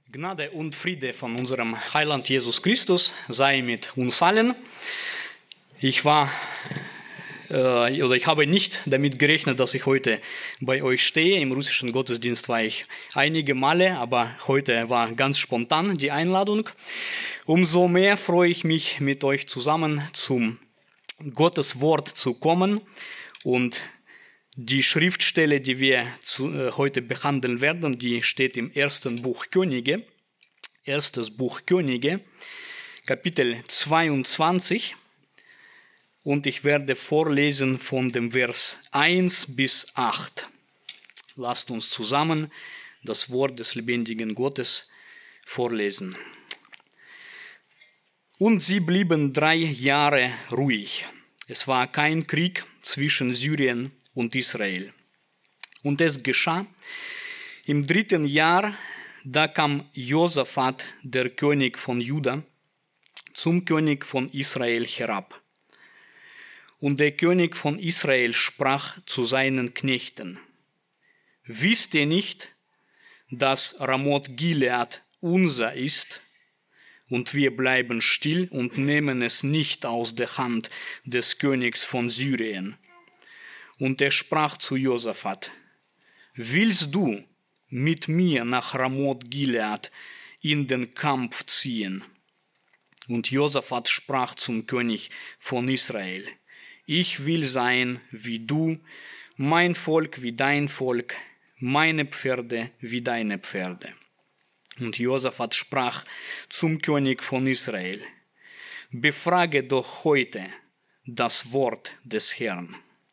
Gnade und Friede von unserem Heiland Jesus Christus sei mit uns allen. Ich habe nicht damit gerechnet, dass ich heute bei euch stehe. Im russischen Gottesdienst war ich einige Male, aber heute war ganz spontan die Einladung. Umso mehr freue ich mich, mit euch zusammen zum Gottes Wort zu kommen. Und die Schriftstelle, die wir heute behandeln werden, die steht im ersten Buch Könige, erstes Buch Könige, Kapitel 22. Und ich werde vorlesen von dem Vers 1 bis 8. Lasst uns zusammen das Wort des lebendigen Gottes vorlesen. Und sie blieben 3 Jahre ruhig. Es war kein Krieg zwischen Syrien und Israel. Und es geschah im 3. Jahr, da kam Josaphat, der König von Juda, zum König von Israel herab. Und der König von Israel sprach zu seinen Knechten: Wisst ihr nicht, dass Ramoth Gilead unser ist? Und wir bleiben still und nehmen es nicht aus der Hand des Königs von Syrien. Und er sprach zu Josaphat: Willst du mit mir nach Ramoth Gilead in den Kampf ziehen? Und Josaphat sprach zum König von Israel: Ich will sein wie du, mein Volk wie dein Volk, meine Pferde wie deine Pferde. Und Josaphat sprach zum König von Israel: Befrage doch heute das Wort des Herrn.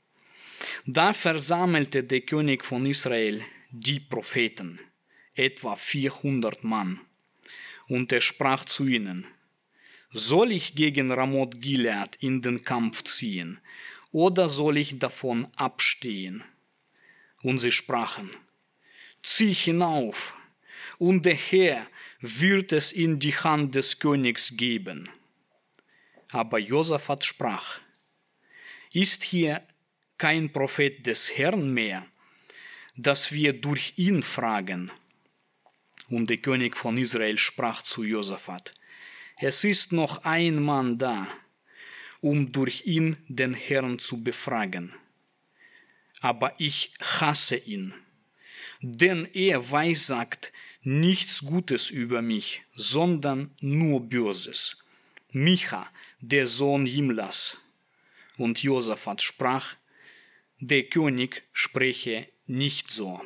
Da versammelte der König von Israel die Propheten, etwa 400 Mann. Und er sprach zu ihnen: Soll ich gegen Ramoth Gilead in den Kampf ziehen, oder soll ich davon abstehen? Und sie sprachen: Zieh hinauf, und der Herr wird es in die Hand des Königs geben. Aber Josaphat sprach: Ist hier kein Prophet des Herrn mehr, dass wir durch ihn fragen? Und der König von Israel sprach zu Josaphat: Es ist noch ein Mann da, um durch ihn den Herrn zu befragen. Aber ich hasse ihn, denn er weissagt nichts Gutes über mich, sondern nur Böses. Micha, der Sohn Jimlas. Und Josaphat sprach: Der König spreche nicht so.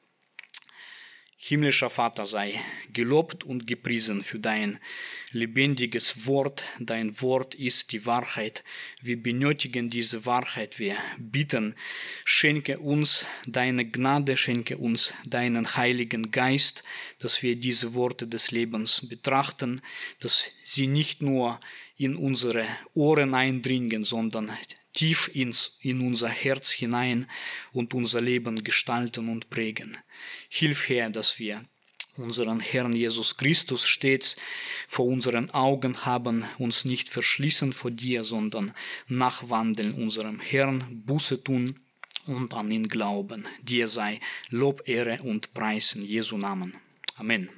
Himmlischer Vater, sei gelobt und gepriesen für dein lebendiges Wort. Dein Wort ist die Wahrheit. Wir benötigen diese Wahrheit. Wir bitten, schenke uns deine Gnade, schenke uns deinen Heiligen Geist, dass wir diese Worte des Lebens betrachten, dass sie nicht nur in unsere Ohren eindringen, sondern tief in unser Herz hinein und unser Leben gestalten und prägen. Hilf, Herr, dass wir unseren Herrn Jesus Christus stets vor unseren Augen haben, uns nicht verschließen vor dir, sondern nachwandeln unserem Herrn, Buße tun und an ihn glauben. Dir sei Lob, Ehre und Preis in Jesu Namen. Amen.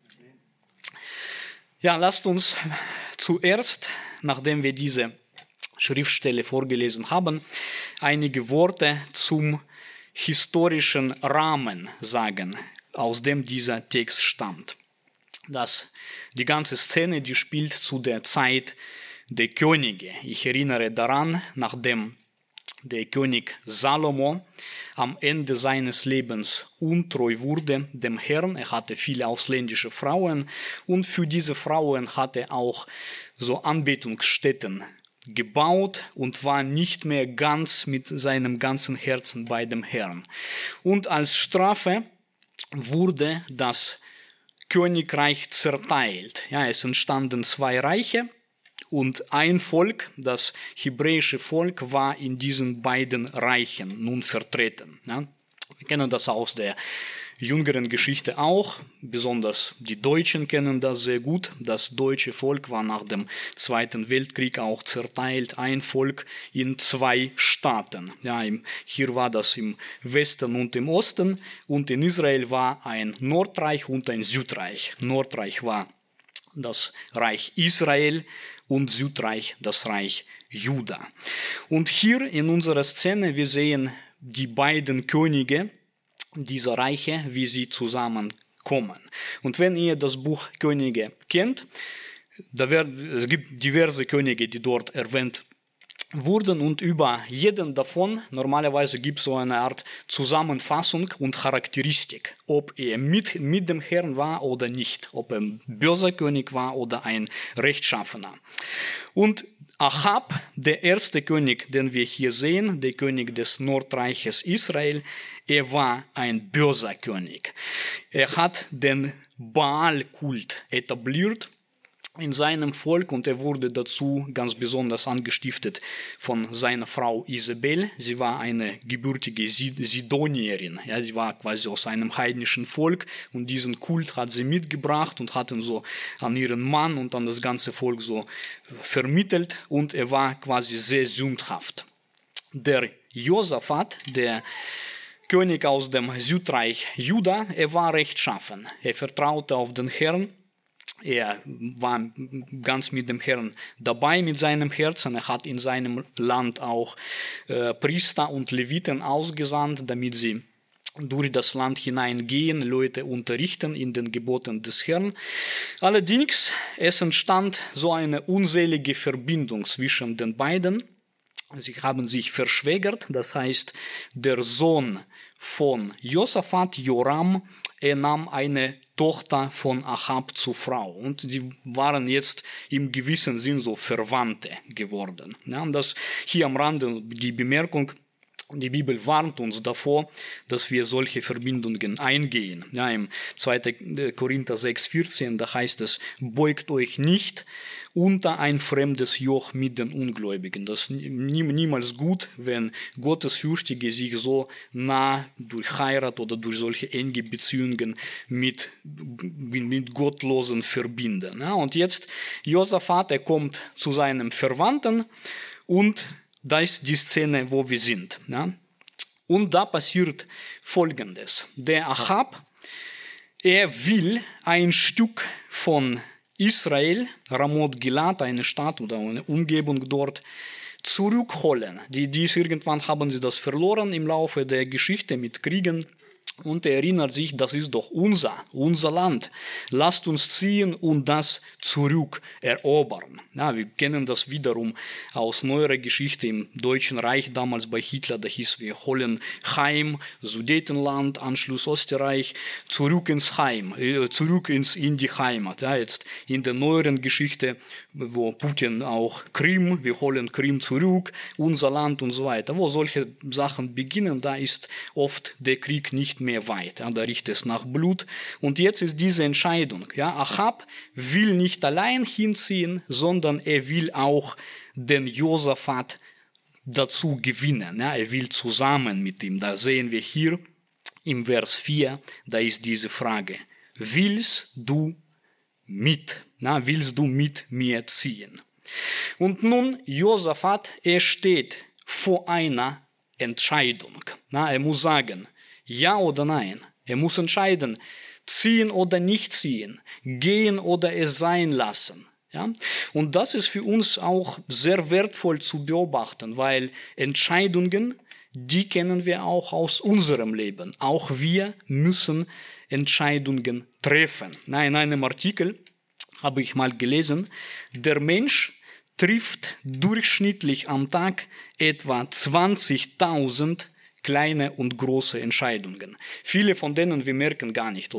Ja, lasst uns zuerst, nachdem wir diese Schriftstelle vorgelesen haben, einige Worte zum historischen Rahmen sagen, aus dem dieser Text stammt. Die ganze Szene, die spielt zu der Zeit der Könige. Ich erinnere daran, nachdem der König Salomo am Ende seines Lebens untreu wurde dem Herrn. Er hatte viele ausländische Frauen und für diese Frauen hatte er auch so Anbetungsstätten gebaut und war nicht mehr ganz mit seinem ganzen Herzen bei dem Herrn. Und als Strafe wurde das Königreich zerteilt. Ja, es entstanden 2 Reiche und ein Volk, das hebräische Volk, war in diesen beiden Reichen nun vertreten. Ja. Wir kennen das aus der jüngeren Geschichte auch. Besonders die Deutschen kennen das sehr gut. Das deutsche Volk war nach dem Zweiten Weltkrieg auch zerteilt, ein Volk in 2 Staaten. Ja, hier war das im Westen und im Osten, und in Israel war ein Nordreich und ein Südreich. Nordreich war das Reich Israel und Südreich das Reich Juda. Und hier in unserer Szene, wir sehen die beiden Könige dieser Reiche, wie sie zusammenkommen. Und wenn ihr das Buch Könige kennt, es gibt diverse Könige, die dort erwähnt wurden, und über jeden davon normalerweise gibt es so eine Art Zusammenfassung und Charakteristik, ob er mit dem Herrn war oder nicht, ob er ein böser König war oder ein rechtschaffener. Und Achab, der erste König, den wir hier sehen, der König des Nordreiches Israel, er war ein böser König. Er hat den Baal-Kult etabliert in seinem Volk, und er wurde dazu ganz besonders angestiftet von seiner Frau Isabel. Sie war eine gebürtige Sidonierin. Ja, sie war quasi aus einem heidnischen Volk, und diesen Kult hat sie mitgebracht und hat ihn so an ihren Mann und an das ganze Volk so vermittelt, und er war quasi sehr sündhaft. Der Josaphat, der König aus dem Südreich Juda, er war rechtschaffen. Er vertraute auf den Herrn. Er war ganz mit dem Herrn dabei, mit seinem Herzen. Er hat in seinem Land auch Priester und Leviten ausgesandt, damit sie durch das Land hineingehen, Leute unterrichten in den Geboten des Herrn. Allerdings, es entstand so eine unselige Verbindung zwischen den beiden. Sie haben sich verschwägert, das heißt, der Sohn von Josaphat, Joram, er nahm eine Tochter von Achab zur Frau, und die waren jetzt im gewissen Sinn so Verwandte geworden. Ja, und das hier am Rande die Bemerkung: Die Bibel warnt uns davor, dass wir solche Verbindungen eingehen. Ja, im 2. Korinther 6,14, da heißt es: Beugt euch nicht unter ein fremdes Joch mit den Ungläubigen. Das ist niemals gut, wenn Gottesfürchtige sich so nah durch Heirat oder durch solche enge Beziehungen mit Gottlosen verbinden. Ja, und jetzt Josaphat, er kommt zu seinem Verwandten, und da ist die Szene, wo wir sind. Ja? Und da passiert Folgendes. Der Achab, er will ein Stück von Israel, Ramoth Gilead, eine Stadt oder eine Umgebung dort, zurückholen. Irgendwann haben sie das verloren im Laufe der Geschichte mit Kriegen. Und er erinnert sich, das ist doch unser Land. Lasst uns ziehen und das zurückerobern. Ja, wir kennen das wiederum aus neuerer Geschichte im Deutschen Reich, damals bei Hitler, da hieß, wir holen heim, Sudetenland, Anschluss Österreich, zurück ins Heim, in die Heimat. Ja, jetzt in der neueren Geschichte, wo Putin auch Krim, wir holen Krim zurück, unser Land und so weiter. Wo solche Sachen beginnen, da ist oft der Krieg nicht mehr weit. Ja, da riecht es nach Blut. Und jetzt ist diese Entscheidung. Ja, Achab will nicht allein hinziehen, sondern er will auch den Josaphat dazu gewinnen. Ja, er will zusammen mit ihm. Da sehen wir hier im Vers 4, da ist diese Frage: Willst du mit? Willst du mit mir ziehen? Und nun, Josaphat, er steht vor einer Entscheidung. Er muss sagen, ja oder nein. Er muss entscheiden, ziehen oder nicht ziehen, gehen oder es sein lassen. Ja? Und das ist für uns auch sehr wertvoll zu beobachten, weil Entscheidungen, die kennen wir auch aus unserem Leben. Auch wir müssen Entscheidungen treffen. In einem Artikel habe ich mal gelesen, der Mensch trifft durchschnittlich am Tag etwa 20.000 kleine und große Entscheidungen. Viele von denen wir merken gar nicht.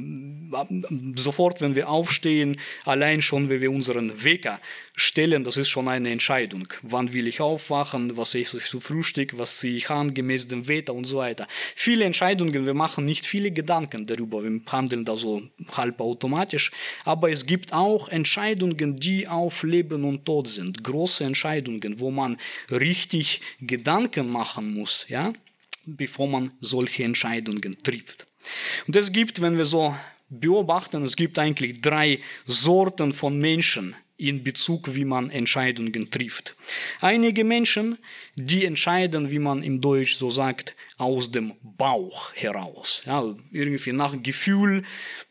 Sofort, wenn wir aufstehen, allein schon, wenn wir unseren Wecker stellen, das ist schon eine Entscheidung. Wann will ich aufwachen, was esse ich zu Frühstück, was ziehe ich an, gemäß dem Wetter und so weiter. Viele Entscheidungen, wir machen nicht viele Gedanken darüber, wir handeln da so halb automatisch, aber es gibt auch Entscheidungen, die auf Leben und Tod sind. Große Entscheidungen, wo man richtig Gedanken machen muss, ja, bevor man solche Entscheidungen trifft. Und es gibt, wenn wir so beobachten, es gibt eigentlich 3 Sorten von Menschen in Bezug, wie man Entscheidungen trifft. Einige Menschen, die entscheiden, wie man im Deutsch so sagt, aus dem Bauch heraus. Ja, irgendwie nach Gefühl,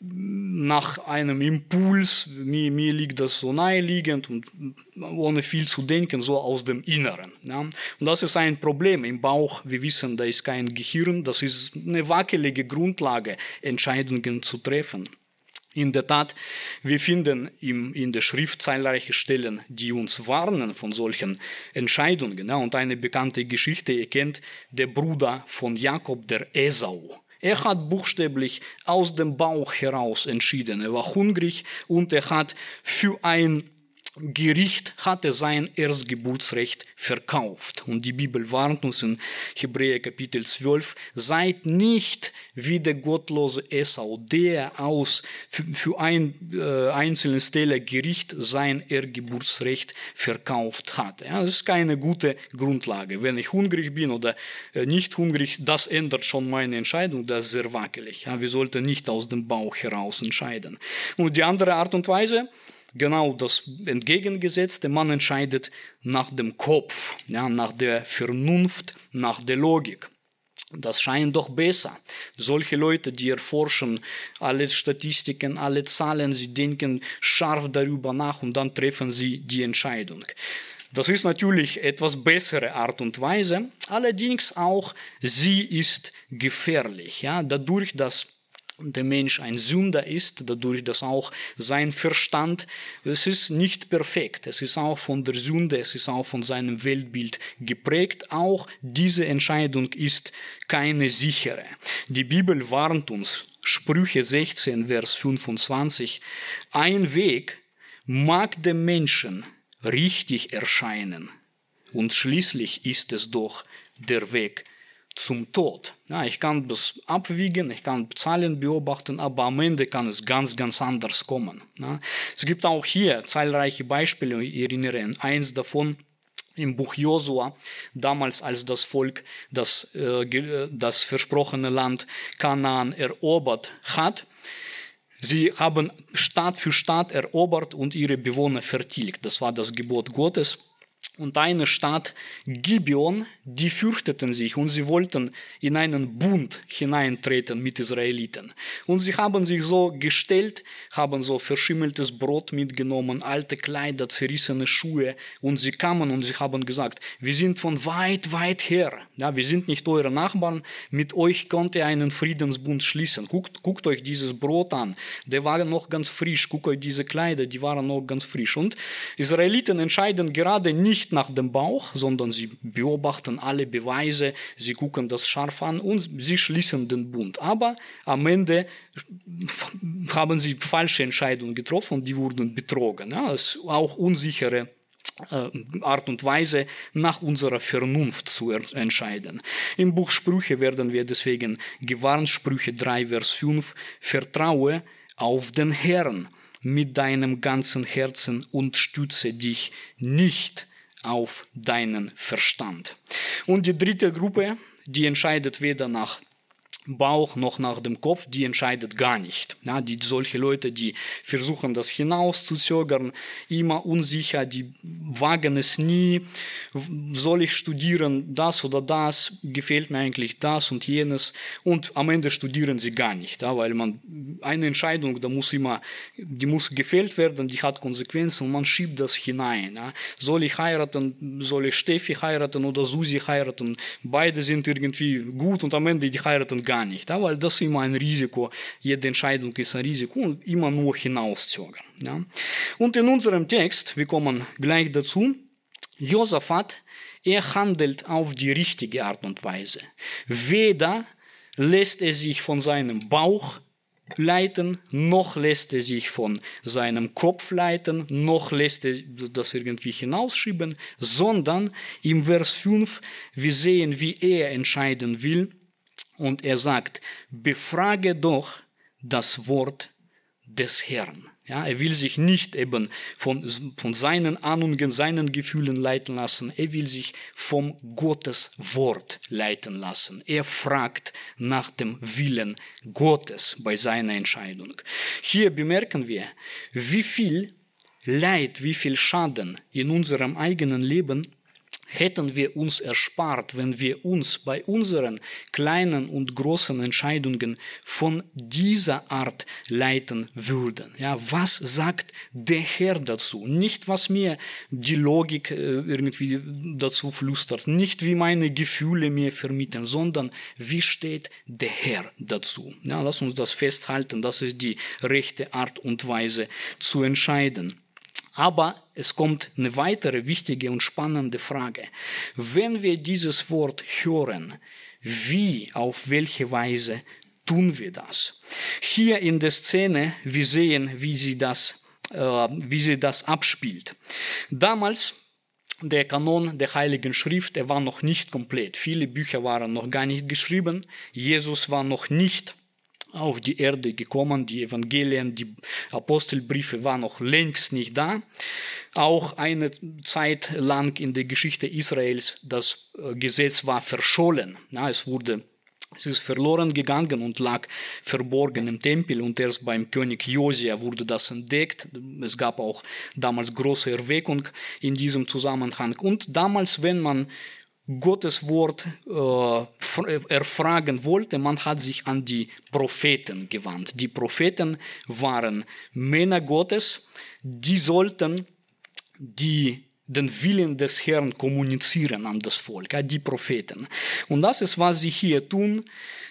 nach einem Impuls, mir liegt das so naheliegend und ohne viel zu denken, so aus dem Inneren. Ja. Und das ist ein Problem. Im Bauch, wir wissen, da ist kein Gehirn, das ist eine wackelige Grundlage, Entscheidungen zu treffen. In der Tat, wir finden in der Schrift zahlreiche Stellen, die uns warnen von solchen Entscheidungen. Ja, und eine bekannte Geschichte, ihr kennt, der Bruder von Jakob, der Esau. Er hat buchstäblich aus dem Bauch heraus entschieden. Er war hungrig und er hat für ein Gericht hatte sein Erstgeburtsrecht verkauft. Und die Bibel warnt uns in Hebräer Kapitel 12, seid nicht wie der gottlose Esau, der für ein einzelnes Teller Gericht sein Erstgeburtsrecht verkauft hat. Ja, das ist keine gute Grundlage. Wenn ich hungrig bin oder nicht hungrig, das ändert schon meine Entscheidung, das ist sehr wackelig. Ja, wir sollten nicht aus dem Bauch heraus entscheiden. Und die andere Art und Weise, genau das Entgegengesetzte, man entscheidet nach dem Kopf, ja, nach der Vernunft, nach der Logik. Das scheint doch besser. Solche Leute, die erforschen alle Statistiken, alle Zahlen, sie denken scharf darüber nach und dann treffen sie die Entscheidung. Das ist natürlich etwas bessere Art und Weise, allerdings auch sie ist gefährlich. Ja, dadurch, dass der Mensch ein Sünder ist, dadurch, dass auch sein Verstand, es ist nicht perfekt, es ist auch von der Sünde, es ist auch von seinem Weltbild geprägt, auch diese Entscheidung ist keine sichere. Die Bibel warnt uns, Sprüche 16, Vers 25, ein Weg mag dem Menschen richtig erscheinen und schließlich ist es doch der Weg zum Tod. Ja, ich kann das abwiegen, ich kann Zahlen beobachten, aber am Ende kann es ganz, ganz anders kommen. Ja, es gibt auch hier zahlreiche Beispiele, ich erinnere an eins davon im Buch Josua, damals als das Volk das versprochene Land Kanaan erobert hat. Sie haben Stadt für Stadt erobert und ihre Bewohner vertilgt. Das war das Gebot Gottes. Und eine Stadt, Gibeon, die fürchteten sich und sie wollten in einen Bund hineintreten mit Israeliten. Und sie haben sich so gestellt, haben so verschimmeltes Brot mitgenommen, alte Kleider, zerrissene Schuhe. Und sie kamen und sie haben gesagt, wir sind von weit, weit her. Ja, wir sind nicht eure Nachbarn, mit euch könnt ihr einen Friedensbund schließen. Guckt euch dieses Brot an, der war noch ganz frisch. Guckt euch diese Kleider, die waren noch ganz frisch. Und Israeliten entscheiden gerade nicht nach dem Bauch, sondern sie beobachten alle Beweise, sie gucken das scharf an und sie schließen den Bund. Aber am Ende haben sie falsche Entscheidungen getroffen und die wurden betrogen. Ja, das ist auch unsichere Art und Weise, nach unserer Vernunft zu entscheiden. Im Buch Sprüche werden wir deswegen gewarnt, Sprüche 3, Vers 5, vertraue auf den Herrn mit deinem ganzen Herzen und stütze dich nicht auf deinen Verstand. Und die dritte Gruppe, die entscheidet weder nach Bauch noch nach dem Kopf, die entscheidet gar nicht. Ja, solche Leute, die versuchen das hinauszuzögern, immer unsicher, die wagen es nie. Soll ich studieren das oder das? Gefällt mir eigentlich das und jenes? Und am Ende studieren sie gar nicht, ja, weil eine Entscheidung, die muss gefällt werden, die hat Konsequenzen und man schiebt das hinein. Ja. Soll ich heiraten? Soll ich Steffi heiraten oder Susi heiraten? Beide sind irgendwie gut und am Ende die heiraten gar nicht, ja, weil das ist immer ein Risiko. Jede Entscheidung ist ein Risiko und immer nur hinauszögern. Ja. Und in unserem Text, wir kommen gleich dazu, Josaphat, er handelt auf die richtige Art und Weise. Weder lässt er sich von seinem Bauch leiten, noch lässt er sich von seinem Kopf leiten, noch lässt er das irgendwie hinausschieben, sondern im Vers 5, wir sehen, wie er entscheiden will. Und er sagt, befrage doch das Wort des Herrn. Ja, er will sich nicht eben von seinen Ahnungen, seinen Gefühlen leiten lassen. Er will sich vom Gottes Wort leiten lassen. Er fragt nach dem Willen Gottes bei seiner Entscheidung. Hier bemerken wir, wie viel Leid, wie viel Schaden in unserem eigenen Leben hätten wir uns erspart, wenn wir uns bei unseren kleinen und großen Entscheidungen von dieser Art leiten würden. Ja, was sagt der Herr dazu? Nicht, was mir die Logik irgendwie dazu flüstert, nicht wie meine Gefühle mir vermitteln, sondern wie steht der Herr dazu? Ja, lass uns das festhalten, das ist die rechte Art und Weise zu entscheiden. Aber es kommt eine weitere wichtige und spannende Frage. Wenn wir dieses Wort hören, wie, auf welche Weise tun wir das? Hier in der Szene, wir sehen, wie sie das abspielt. Damals, der Kanon der Heiligen Schrift, der war noch nicht komplett. Viele Bücher waren noch gar nicht geschrieben. Jesus war noch nicht auf die Erde gekommen, die Evangelien, die Apostelbriefe waren noch längst nicht da. Auch eine Zeit lang in der Geschichte Israels, das Gesetz war verschollen. Ja, es ist verloren gegangen und lag verborgen im Tempel und erst beim König Josia wurde das entdeckt. Es gab auch damals große Erweckung in diesem Zusammenhang. Und damals, wenn man Gottes Wort erfragen wollte, man hat sich an die Propheten gewandt. Die Propheten waren Männer Gottes, die sollten den Willen des Herrn kommunizieren an das Volk, die Propheten. Und das ist, was sie hier tun.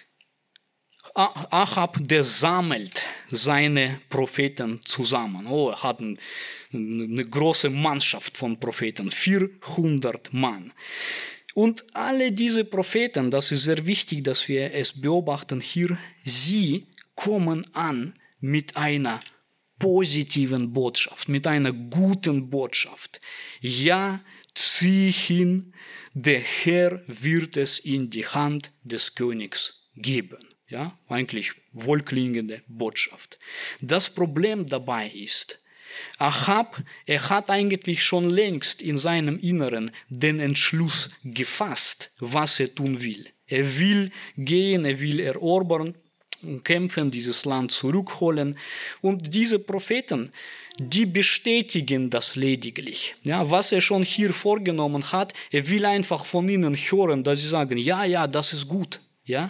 Achab, der sammelt seine Propheten zusammen. Er hat eine große Mannschaft von Propheten, 400 Mann. Und alle diese Propheten, das ist sehr wichtig, dass wir es beobachten hier, sie kommen an mit einer positiven Botschaft, mit einer guten Botschaft. Ja, zieh hin, der Herr wird es in die Hand des Königs geben. Ja, eigentlich wohlklingende Botschaft. Das Problem dabei ist, Achab, er hat eigentlich schon längst in seinem Inneren den Entschluss gefasst, was er tun will. Er will gehen, er will erobern und kämpfen, dieses Land zurückholen. Und diese Propheten, die bestätigen das lediglich. Ja, was er schon hier vorgenommen hat, er will einfach von ihnen hören, dass sie sagen, ja, das ist gut. Ja?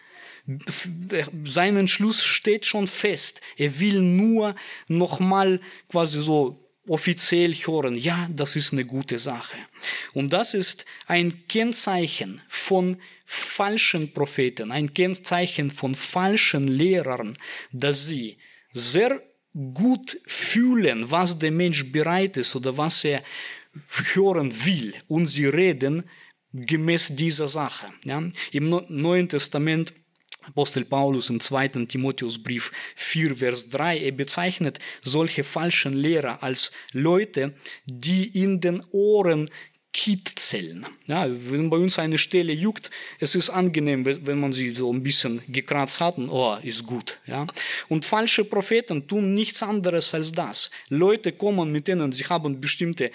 Sein Entschluss steht schon fest. Er will nur nochmal quasi so offiziell hören, ja, das ist eine gute Sache. Und das ist ein Kennzeichen von falschen Propheten, ein Kennzeichen von falschen Lehrern, dass sie sehr gut fühlen, was der Mensch bereit ist oder was er hören will. Und sie reden gemäß dieser Sache. Ja? Im Neuen Testament Apostel Paulus im 2. Timotheusbrief 4, Vers 3, er bezeichnet solche falschen Lehrer als Leute, die in den Ohren kitzeln. Ja, wenn bei uns eine Stelle juckt, es ist angenehm, wenn man sie so ein bisschen gekratzt hat, ist gut. Ja. Und falsche Propheten tun nichts anderes als das. Leute kommen mit denen, sie haben bestimmte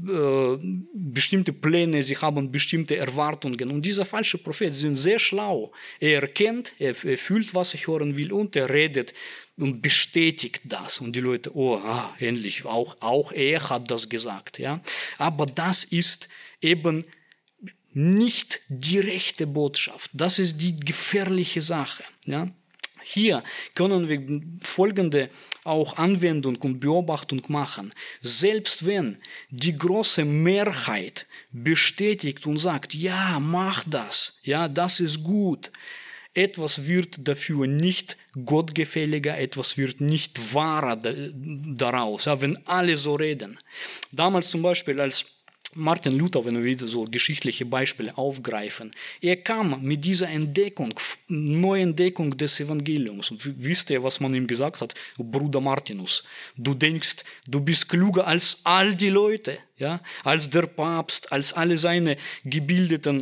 Pläne, sie haben bestimmte Erwartungen. Und diese falschen Propheten sind sehr schlau. Er erkennt, er fühlt, was er hören will und er redet und bestätigt das. Und die Leute, endlich, auch er hat das gesagt. Ja? Aber das ist eben nicht die rechte Botschaft. Das ist die gefährliche Sache. Ja? Hier können wir folgende auch Anwendung und Beobachtung machen. Selbst wenn die große Mehrheit bestätigt und sagt, ja, mach das, ja, das ist gut, etwas wird dafür nicht gottgefälliger, etwas wird nicht wahrer daraus, ja, wenn alle so reden. Damals zum Beispiel, als Martin Luther, wenn wir wieder so geschichtliche Beispiele aufgreifen, er kam mit dieser Neuentdeckung des Evangeliums. Und wisst ihr, was man ihm gesagt hat? Bruder Martinus, du denkst, du bist klüger als all die Leute, ja? Als der Papst, als alle seine gebildeten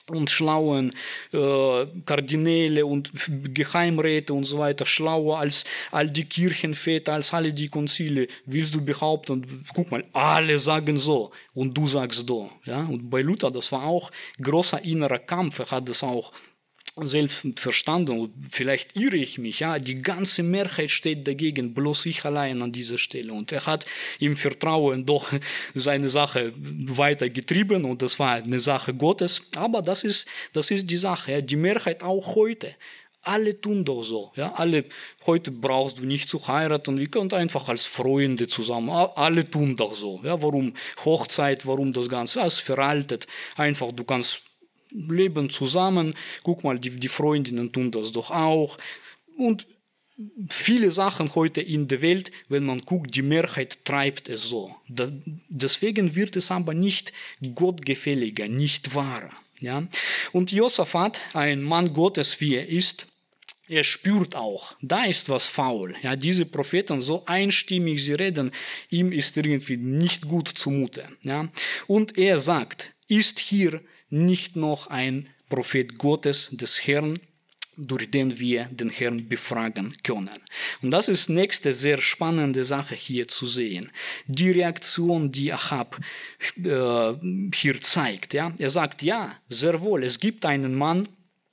und schlauen Kardinäle und Geheimräte und so weiter, schlauer als all die Kirchenväter, als alle die Konzile, willst du behaupten, guck mal, alle sagen so und du sagst so. Ja? Und bei Luther, das war auch großer innerer Kampf, er hat das auch selbst verstanden, und vielleicht irre ich mich, ja, die ganze Mehrheit steht dagegen, bloß ich allein an dieser Stelle. Und er hat im Vertrauen doch seine Sache weitergetrieben und das war eine Sache Gottes. Aber das ist die Sache, ja, die Mehrheit auch heute. Alle tun doch so. Ja, heute brauchst du nicht zu heiraten, wir können einfach als Freunde zusammen. Alle tun doch so. Ja, warum Hochzeit, warum das Ganze? Das ist veraltet. Einfach, du kannst leben zusammen, guck mal, die Freundinnen tun das doch auch. Und viele Sachen heute in der Welt, wenn man guckt, die Mehrheit treibt es so. Deswegen wird es aber nicht gottgefälliger, nicht wahrer. Ja? Und Josaphat, ein Mann Gottes, wie er ist, er spürt auch, da ist was faul. Ja, diese Propheten, so einstimmig sie reden, ihm ist irgendwie nicht gut zumute. Ja? Und er sagt, ist hier nicht noch ein Prophet Gottes des Herrn, durch den wir den Herrn befragen können. Und das ist nächste sehr spannende Sache hier zu sehen. Die Reaktion, die Ahab hier zeigt. Ja? Er sagt, ja, sehr wohl, es gibt einen Mann,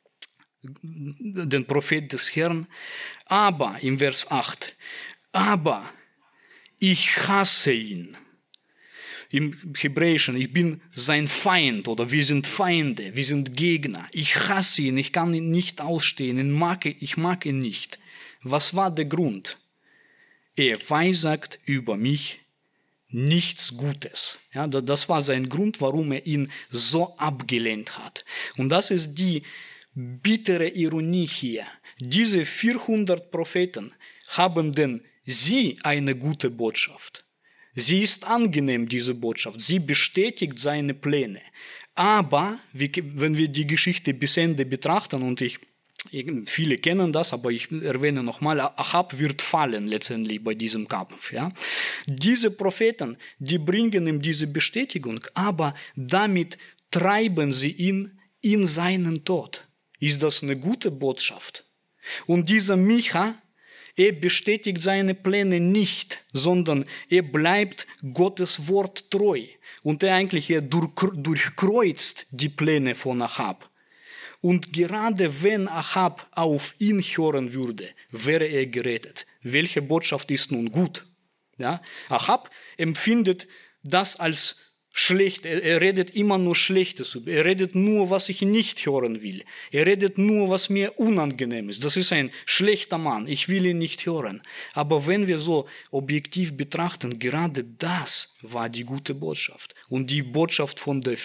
den Prophet des Herrn, aber, im Vers 8, aber ich hasse ihn. Im Hebräischen, ich bin sein Feind oder wir sind Feinde, wir sind Gegner. Ich hasse ihn, ich kann ihn nicht ausstehen, ich mag ihn nicht. Was war der Grund? Er weissagt über mich nichts Gutes. Ja, das war sein Grund, warum er ihn so abgelehnt hat. Und das ist die bittere Ironie hier. Diese 400 Propheten haben denn sie eine gute Botschaft. Sie ist angenehm, diese Botschaft. Sie bestätigt seine Pläne. Aber, wenn wir die Geschichte bis Ende betrachten, und viele kennen das, aber ich erwähne nochmal, Ahab wird fallen letztendlich bei diesem Kampf. Ja? Diese Propheten, die bringen ihm diese Bestätigung, aber damit treiben sie ihn in seinen Tod. Ist das eine gute Botschaft? Und dieser Micha, er bestätigt seine Pläne nicht, sondern er bleibt Gottes Wort treu. Und er durchkreuzt die Pläne von Ahab. Und gerade wenn Ahab auf ihn hören würde, wäre er gerettet. Welche Botschaft ist nun gut? Ja? Ahab empfindet das als schlecht. Er redet immer nur Schlechtes. Er redet nur, was ich nicht hören will. Er redet nur, was mir unangenehm ist. Das ist ein schlechter Mann. Ich will ihn nicht hören. Aber wenn wir so objektiv betrachten, gerade das war die gute Botschaft. Und die Botschaft von den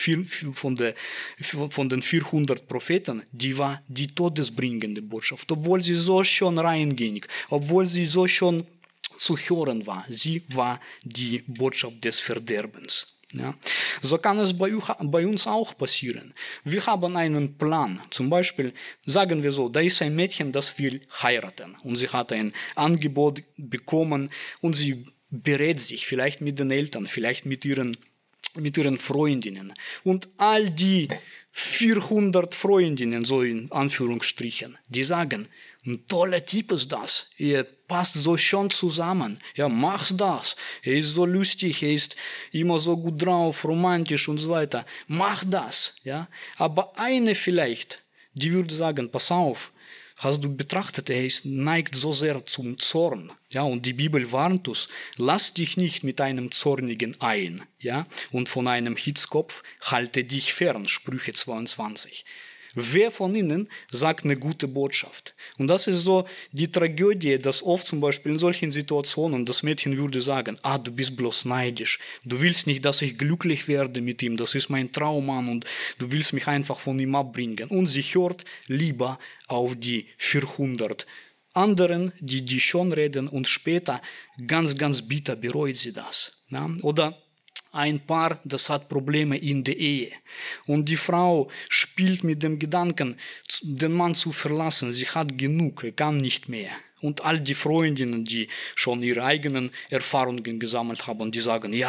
400 Propheten, die war die todesbringende Botschaft. Obwohl sie so schon reinging, obwohl sie so schon zu hören war. Sie war die Botschaft des Verderbens. Ja. So kann es bei uns auch passieren. Wir haben einen Plan. Zum Beispiel, sagen wir so, da ist ein Mädchen, das will heiraten. Und sie hat ein Angebot bekommen und sie berät sich, vielleicht mit den Eltern, vielleicht mit ihren Freundinnen. Und all die 400 Freundinnen, so in Anführungsstrichen, die sagen, ein toller Typ ist das, ihr passt so schon zusammen, ja, mach das, er ist so lustig, er ist immer so gut drauf, romantisch und so weiter, mach das, ja. Aber eine vielleicht, die würde sagen, pass auf, hast du betrachtet, er neigt so sehr zum Zorn. Ja, und die Bibel warnt uns, lass dich nicht mit einem Zornigen ein. Ja, und von einem Hitzkopf halte dich fern, Sprüche 22. Wer von ihnen sagt eine gute Botschaft? Und das ist so die Tragödie, dass oft zum Beispiel in solchen Situationen das Mädchen würde sagen, du bist bloß neidisch, du willst nicht, dass ich glücklich werde mit ihm, das ist mein Traummann und du willst mich einfach von ihm abbringen. Und sie hört lieber auf die 400 anderen, die schon reden und später ganz, ganz bitter bereut sie das. Ja? Oder ein Paar, das hat Probleme in der Ehe. Und die Frau spielt mit dem Gedanken, den Mann zu verlassen. Sie hat genug, er kann nicht mehr. Und all die Freundinnen, die schon ihre eigenen Erfahrungen gesammelt haben, die sagen, ja,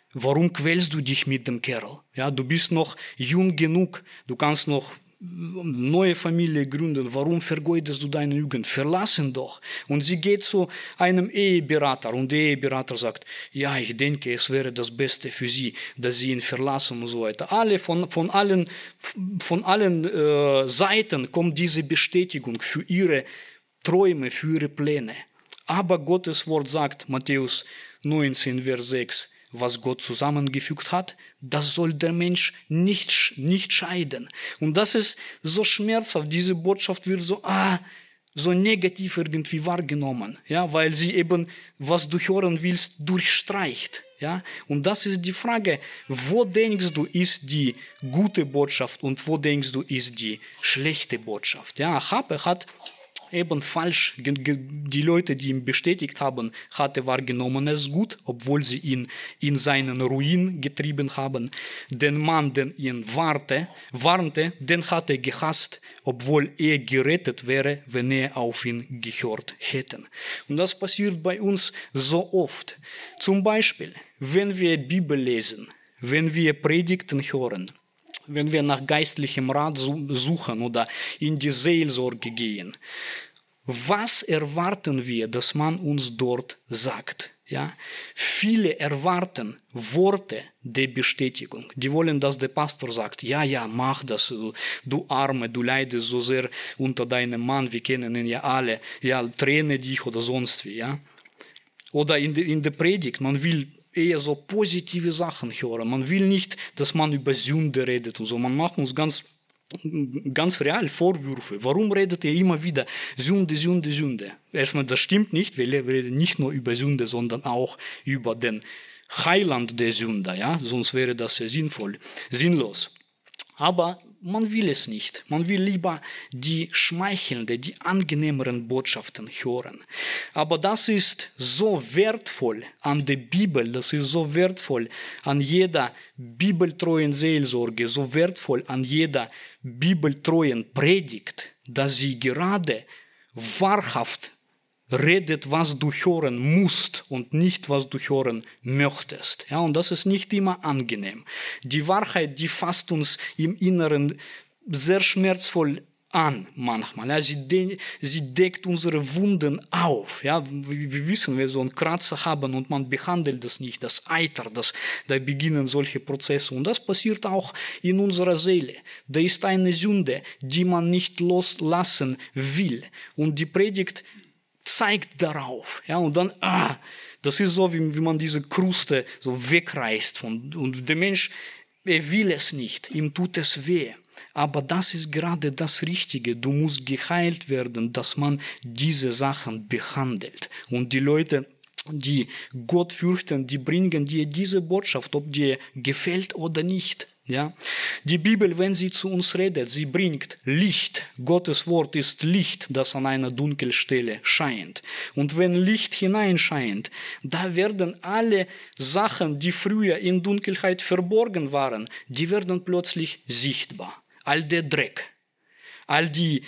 Warum quälst du dich mit dem Kerl? Ja, du bist noch jung genug, du kannst noch neue Familie gründen. Warum vergeudest du deine Jugend? Verlass ihn doch. Und sie geht zu einem Eheberater und der Eheberater sagt, ja, ich denke, es wäre das Beste für sie, dass sie ihn verlassen und so weiter. Von allen Seiten kommt diese Bestätigung für ihre Träume, für ihre Pläne. Aber Gottes Wort sagt, Matthäus 19, Vers 6, was Gott zusammengefügt hat, das soll der Mensch nicht scheiden. Und das ist so schmerzhaft, diese Botschaft wird so negativ irgendwie wahrgenommen, ja, weil sie eben, was du hören willst, durchstreicht. Ja. Und das ist die Frage, wo denkst du, ist die gute Botschaft und wo denkst du, ist die schlechte Botschaft? Ja, Achab hat eben falsch, die Leute, die ihn bestätigt haben, hatte wahrgenommen es gut, obwohl sie ihn in seinen Ruin getrieben haben. Den Mann, den ihn warnte, den hat er gehasst, obwohl er gerettet wäre, wenn er auf ihn gehört hätte. Und das passiert bei uns so oft. Zum Beispiel, wenn wir Bibel lesen, wenn wir Predigten hören, wenn wir nach geistlichem Rat suchen oder in die Seelsorge gehen. Was erwarten wir, dass man uns dort sagt? Ja? Viele erwarten Worte der Bestätigung. Die wollen, dass der Pastor sagt, ja, mach das, du Arme, du leidest so sehr unter deinem Mann, wir kennen ihn ja alle, ja, trenne dich oder sonst wie. Ja? Oder in der Predigt, man will eher so positive Sachen hören. Man will nicht, dass man über Sünde redet und so. Man macht uns ganz real Vorwürfe. Warum redet ihr immer wieder Sünde, Sünde, Sünde? Erstmal, das stimmt nicht. Wir reden nicht nur über Sünde, sondern auch über den Heiland der Sünder. Ja? Sonst wäre das ja sinnlos. Aber man will es nicht. Man will lieber die schmeichelnden, die angenehmeren Botschaften hören. Aber das ist so wertvoll an der Bibel, das ist so wertvoll an jeder bibeltreuen Seelsorge, so wertvoll an jeder bibeltreuen Predigt, dass sie gerade wahrhaft redet, was du hören musst und nicht, was du hören möchtest. Ja, und das ist nicht immer angenehm. Die Wahrheit, die fasst uns im Inneren sehr schmerzvoll an manchmal. Ja, sie deckt unsere Wunden auf. Ja, wir wissen, wir so einen Kratzer haben und man behandelt das nicht, das Eiter, da beginnen solche Prozesse. Und das passiert auch in unserer Seele. Da ist eine Sünde, die man nicht loslassen will. Und die Predigt zeigt darauf. Ja, und dann, das ist so, wie man diese Kruste so wegreißt. Und der Mensch, er will es nicht, ihm tut es weh. Aber das ist gerade das Richtige. Du musst geheilt werden, dass man diese Sachen behandelt. Und die Leute, die Gott fürchten, die bringen dir diese Botschaft, ob dir gefällt oder nicht. Ja? Die Bibel, wenn sie zu uns redet, sie bringt Licht. Gottes Wort ist Licht, das an einer Dunkelstelle scheint. Und wenn Licht hineinscheint, da werden alle Sachen, die früher in Dunkelheit verborgen waren, die werden plötzlich sichtbar. All der Dreck, all die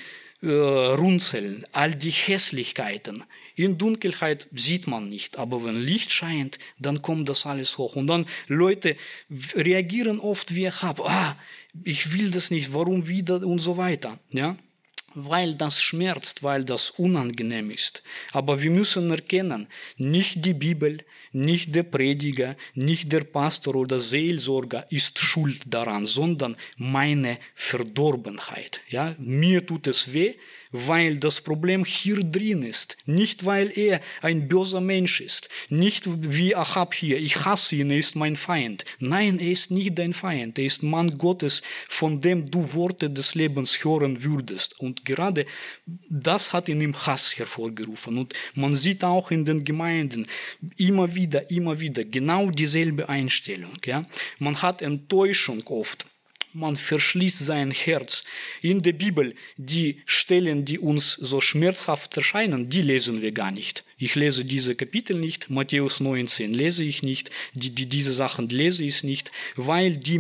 Runzeln, all die Hässlichkeiten. In Dunkelheit sieht man nicht, aber wenn Licht scheint, dann kommt das alles hoch. Und dann Leute reagieren oft wie Achab, ich will das nicht, warum wieder und so weiter. Ja? Weil das schmerzt, weil das unangenehm ist. Aber wir müssen erkennen, nicht die Bibel, nicht der Prediger, nicht der Pastor oder Seelsorger ist schuld daran, sondern meine Verdorbenheit. Ja? Mir tut es weh, weil das Problem hier drin ist. Nicht, weil er ein böser Mensch ist. Nicht wie Achab hier, ich hasse ihn, er ist mein Feind. Nein, er ist nicht dein Feind. Er ist Mann Gottes, von dem du Worte des Lebens hören würdest. Und gerade das hat in ihm Hass hervorgerufen. Und man sieht auch in den Gemeinden immer wieder genau dieselbe Einstellung. Ja? Man hat Enttäuschung oft. Man verschließt sein Herz. In der Bibel, die Stellen, die uns so schmerzhaft erscheinen, die lesen wir gar nicht. Ich lese diese Kapitel nicht, Matthäus 19 lese ich nicht, diese Sachen lese ich nicht, weil die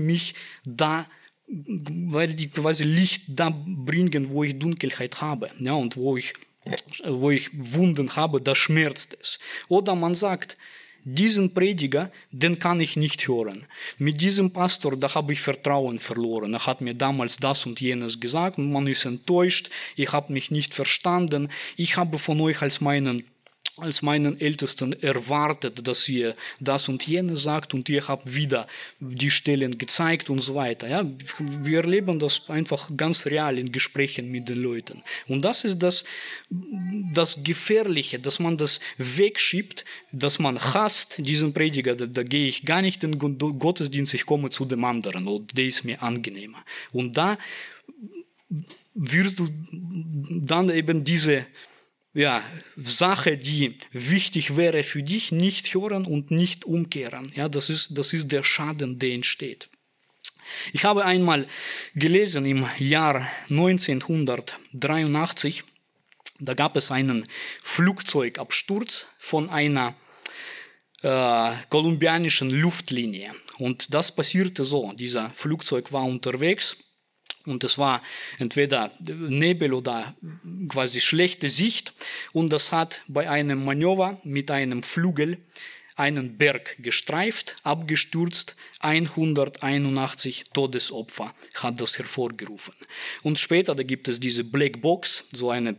quasi Licht da bringen, wo ich Dunkelheit habe, ja, und wo ich Wunden habe, da schmerzt es. Oder man sagt, diesen Prediger, den kann ich nicht hören. Mit diesem Pastor, da habe ich Vertrauen verloren. Er hat mir damals das und jenes gesagt und man ist enttäuscht. Ich habe mich nicht verstanden. Ich habe von euch als meinen Ältesten erwartet, dass ihr das und jenes sagt und ihr habt wieder die Stellen gezeigt und so weiter. Ja, wir erleben das einfach ganz real in Gesprächen mit den Leuten. Und das ist das Gefährliche, dass man das wegschiebt, dass man hasst diesen Prediger, da gehe ich gar nicht in den Gottesdienst, ich komme zu dem anderen und der ist mir angenehmer. Und da wirst du dann eben diese Sache, die wichtig wäre für dich, nicht hören und nicht umkehren. Ja, das ist der Schaden, der entsteht. Ich habe einmal gelesen im Jahr 1983, da gab es einen Flugzeugabsturz von einer kolumbianischen Luftlinie. Und das passierte so, dieser Flugzeug war unterwegs. Und es war entweder Nebel oder quasi schlechte Sicht. Und das hat bei einem Manöver mit einem Flügel einen Berg gestreift, abgestürzt. 181 Todesopfer hat das hervorgerufen. Und später, da gibt es diese Black Box, so eine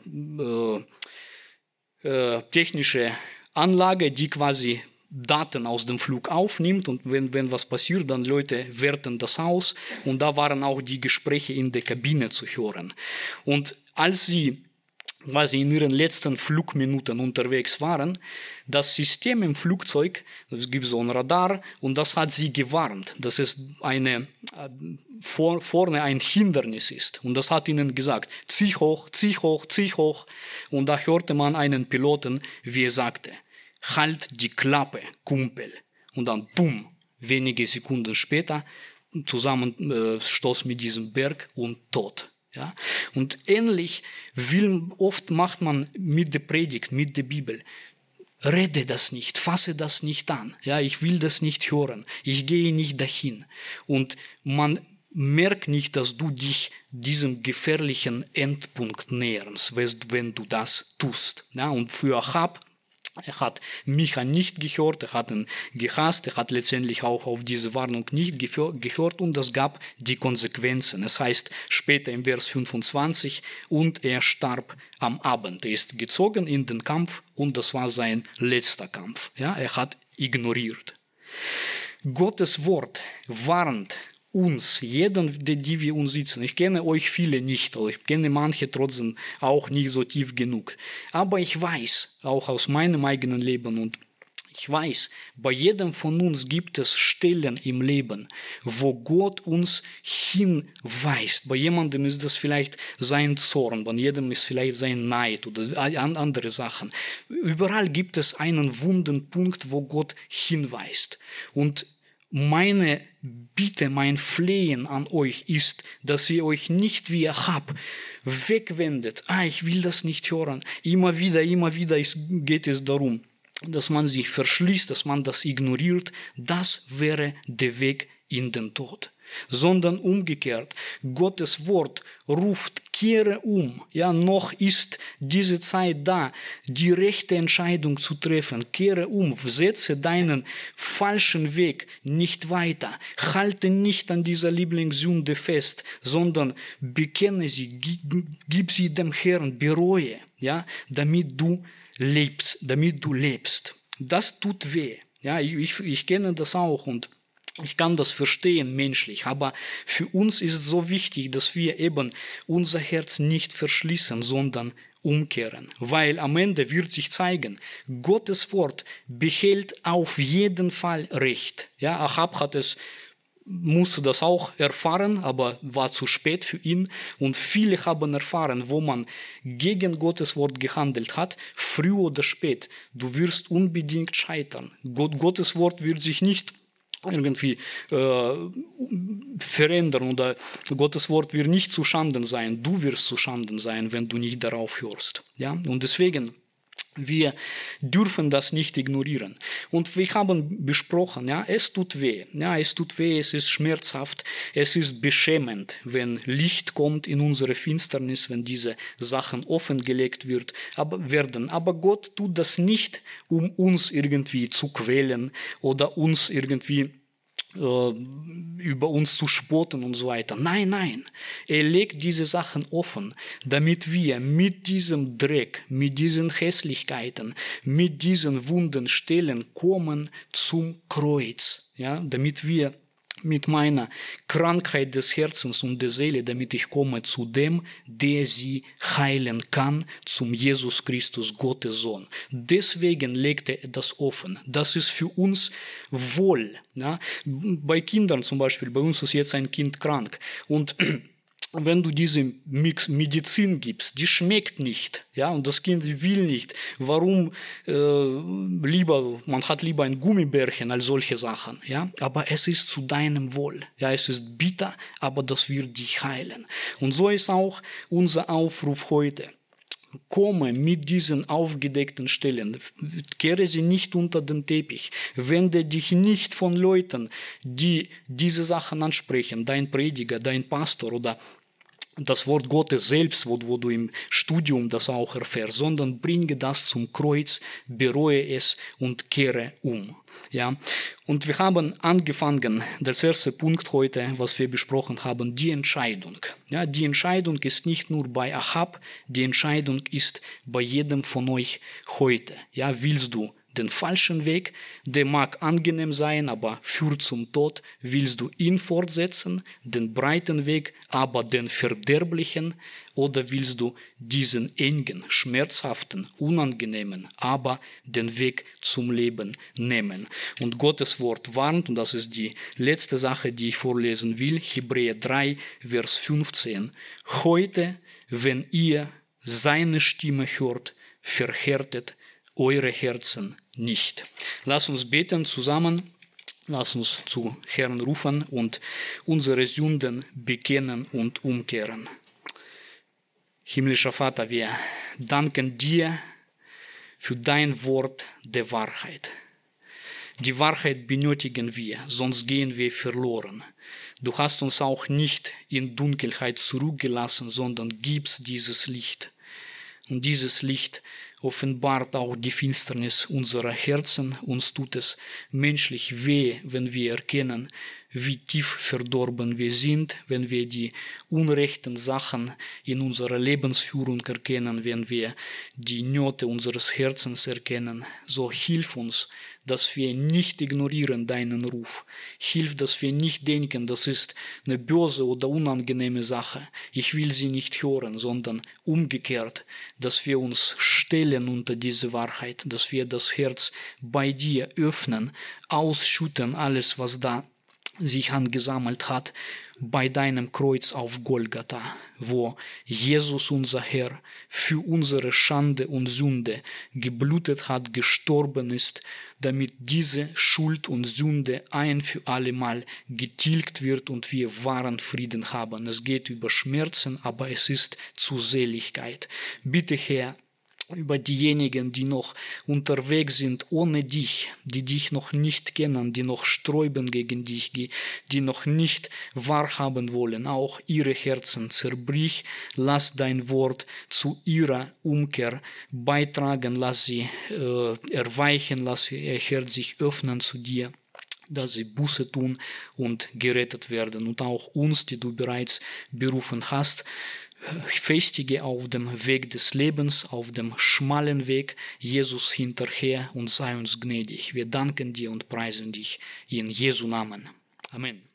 technische Anlage, die quasi Daten aus dem Flug aufnimmt und wenn was passiert, dann Leute werten das aus und da waren auch die Gespräche in der Kabine zu hören. Und als sie quasi in ihren letzten Flugminuten unterwegs waren, das System im Flugzeug, es gibt so ein Radar und das hat sie gewarnt, dass es vorne ein Hindernis ist. Und das hat ihnen gesagt, zieh hoch, zieh hoch, zieh hoch. Und da hörte man einen Piloten, wie er sagte, halt die Klappe, Kumpel. Und dann, bumm, wenige Sekunden später, Zusammenstoß mit diesem Berg und tot. Ja? Und ähnlich oft macht man mit der Predigt, mit der Bibel. Rede das nicht, fasse das nicht an. Ja, ich will das nicht hören. Ich gehe nicht dahin. Und man merkt nicht, dass du dich diesem gefährlichen Endpunkt näherst, wenn du das tust. Ja, und für Achab, er hat Micha nicht gehört, er hat ihn gehasst, er hat letztendlich auch auf diese Warnung nicht gehört und das gab die Konsequenzen. Es heißt später im Vers 25, und er starb am Abend. Er ist gezogen in den Kampf und das war sein letzter Kampf. Ja, er hat ignoriert. Gottes Wort warnt uns, jeden, die wir uns sitzen. Ich kenne euch viele nicht, oder ich kenne manche trotzdem auch nicht so tief genug. Aber ich weiß, auch aus meinem eigenen Leben und ich weiß, bei jedem von uns gibt es Stellen im Leben, wo Gott uns hinweist. Bei jemandem ist das vielleicht sein Zorn, bei jedem ist vielleicht sein Neid oder andere Sachen. Überall gibt es einen wunden Punkt, wo Gott hinweist. Und meine Bitte, mein Flehen an euch ist, dass ihr euch nicht wie Achab wegwendet. Ich will das nicht hören. Immer wieder geht es darum, dass man sich verschließt, dass man das ignoriert. Das wäre der Weg in den Tod. Sondern umgekehrt, Gottes Wort ruft, kehre um. Ja, noch ist diese Zeit da, die rechte Entscheidung zu treffen. Kehre um, setze deinen falschen Weg nicht weiter. Halte nicht an dieser Lieblingssünde fest, sondern bekenne sie, gib sie dem Herrn, bereue, ja, damit du lebst. Das tut weh. Ja, ich kenne das auch und ich kann das verstehen menschlich, aber für uns ist so wichtig, dass wir eben unser Herz nicht verschließen, sondern umkehren. Weil am Ende wird sich zeigen, Gottes Wort behält auf jeden Fall Recht. Ja, Achab musste das auch erfahren, aber war zu spät für ihn. Und viele haben erfahren, wo man gegen Gottes Wort gehandelt hat, früh oder spät. Du wirst unbedingt scheitern. Gottes Wort wird sich nicht irgendwie verändern oder Gottes Wort wird nicht zu Schanden sein. Du wirst zu Schanden sein, wenn du nicht darauf hörst. Ja? Und deswegen Wir dürfen das nicht ignorieren. Und wir haben besprochen, ja, es tut weh. Ja, es tut weh, es ist schmerzhaft, es ist beschämend, wenn Licht kommt in unsere Finsternis, wenn diese Sachen offengelegt werden. Aber Gott tut das nicht, um uns irgendwie zu quälen oder uns irgendwie über uns zu spotten und so weiter. Nein, nein. Er legt diese Sachen offen, damit wir mit diesem Dreck, mit diesen Hässlichkeiten, mit diesen wunden Stellen kommen zum Kreuz. Ja, damit wir mit meiner Krankheit des Herzens und der Seele, damit ich komme zu dem, der sie heilen kann, zum Jesus Christus, Gottes Sohn. Deswegen legt er das offen. Das ist für uns wohl. Ja? Bei Kindern zum Beispiel, bei uns ist jetzt ein Kind krank und wenn du diese Medizin gibst, die schmeckt nicht, ja, und das Kind will nicht. Warum man hat lieber ein Gummibärchen als solche Sachen, ja? Aber es ist zu deinem Wohl, ja, es ist bitter, aber das wird dich heilen. Und so ist auch unser Aufruf heute. Komme mit diesen aufgedeckten Stellen, kehre sie nicht unter den Teppich, wende dich nicht von Leuten, die diese Sachen ansprechen, dein Prediger, dein Pastor oder das Wort Gottes selbst, wo du im Studium das auch erfährst, sondern bringe das zum Kreuz, bereue es und kehre um. Ja? Und wir haben angefangen, der erste Punkt heute, was wir besprochen haben, die Entscheidung. Ja, die Entscheidung ist nicht nur bei Ahab, die Entscheidung ist bei jedem von euch heute. Ja, willst du den falschen Weg, der mag angenehm sein, aber führt zum Tod. Willst du ihn fortsetzen, den breiten Weg, aber den verderblichen? Oder willst du diesen engen, schmerzhaften, unangenehmen, aber den Weg zum Leben nehmen? Und Gottes Wort warnt, und das ist die letzte Sache, die ich vorlesen will, Hebräer 3, Vers 15. Heute, wenn ihr seine Stimme hört, verhärtet eure Herzen nicht. Lass uns beten zusammen, lass uns zu Herrn rufen und unsere Sünden bekennen und umkehren. Himmlischer Vater, wir danken dir für dein Wort der Wahrheit. Die Wahrheit benötigen wir, sonst gehen wir verloren. Du hast uns auch nicht in Dunkelheit zurückgelassen, sondern gibst dieses Licht. Und dieses Licht offenbart auch die Finsternis unserer Herzen. Uns tut es menschlich weh, wenn wir erkennen, wie tief verdorben wir sind, wenn wir die unrechten Sachen in unserer Lebensführung erkennen, wenn wir die Nöte unseres Herzens erkennen. So hilf uns, dass wir nicht ignorieren deinen Ruf. Hilf, dass wir nicht denken, das ist eine böse oder unangenehme Sache. Ich will sie nicht hören, sondern umgekehrt, dass wir uns stellen unter diese Wahrheit, dass wir das Herz bei dir öffnen, ausschütten alles, was da sich angesammelt hat bei deinem Kreuz auf Golgatha, wo Jesus, unser Herr, für unsere Schande und Sünde geblutet hat, gestorben ist, damit diese Schuld und Sünde ein für alle Mal getilgt wird und wir wahren Frieden haben. Es geht über Schmerzen, aber es ist zur Seligkeit. Bitte, Herr, über diejenigen, die noch unterwegs sind ohne dich, die dich noch nicht kennen, die noch sträuben gegen dich, die noch nicht wahrhaben wollen, auch ihre Herzen zerbrich, lass dein Wort zu ihrer Umkehr beitragen, lass sie erweichen, lass ihr Herz sich öffnen zu dir, dass sie Buße tun und gerettet werden. Und auch uns, die du bereits berufen hast, festige auf dem Weg des Lebens, auf dem schmalen Weg Jesus hinterher und sei uns gnädig. Wir danken dir und preisen dich in Jesu Namen. Amen.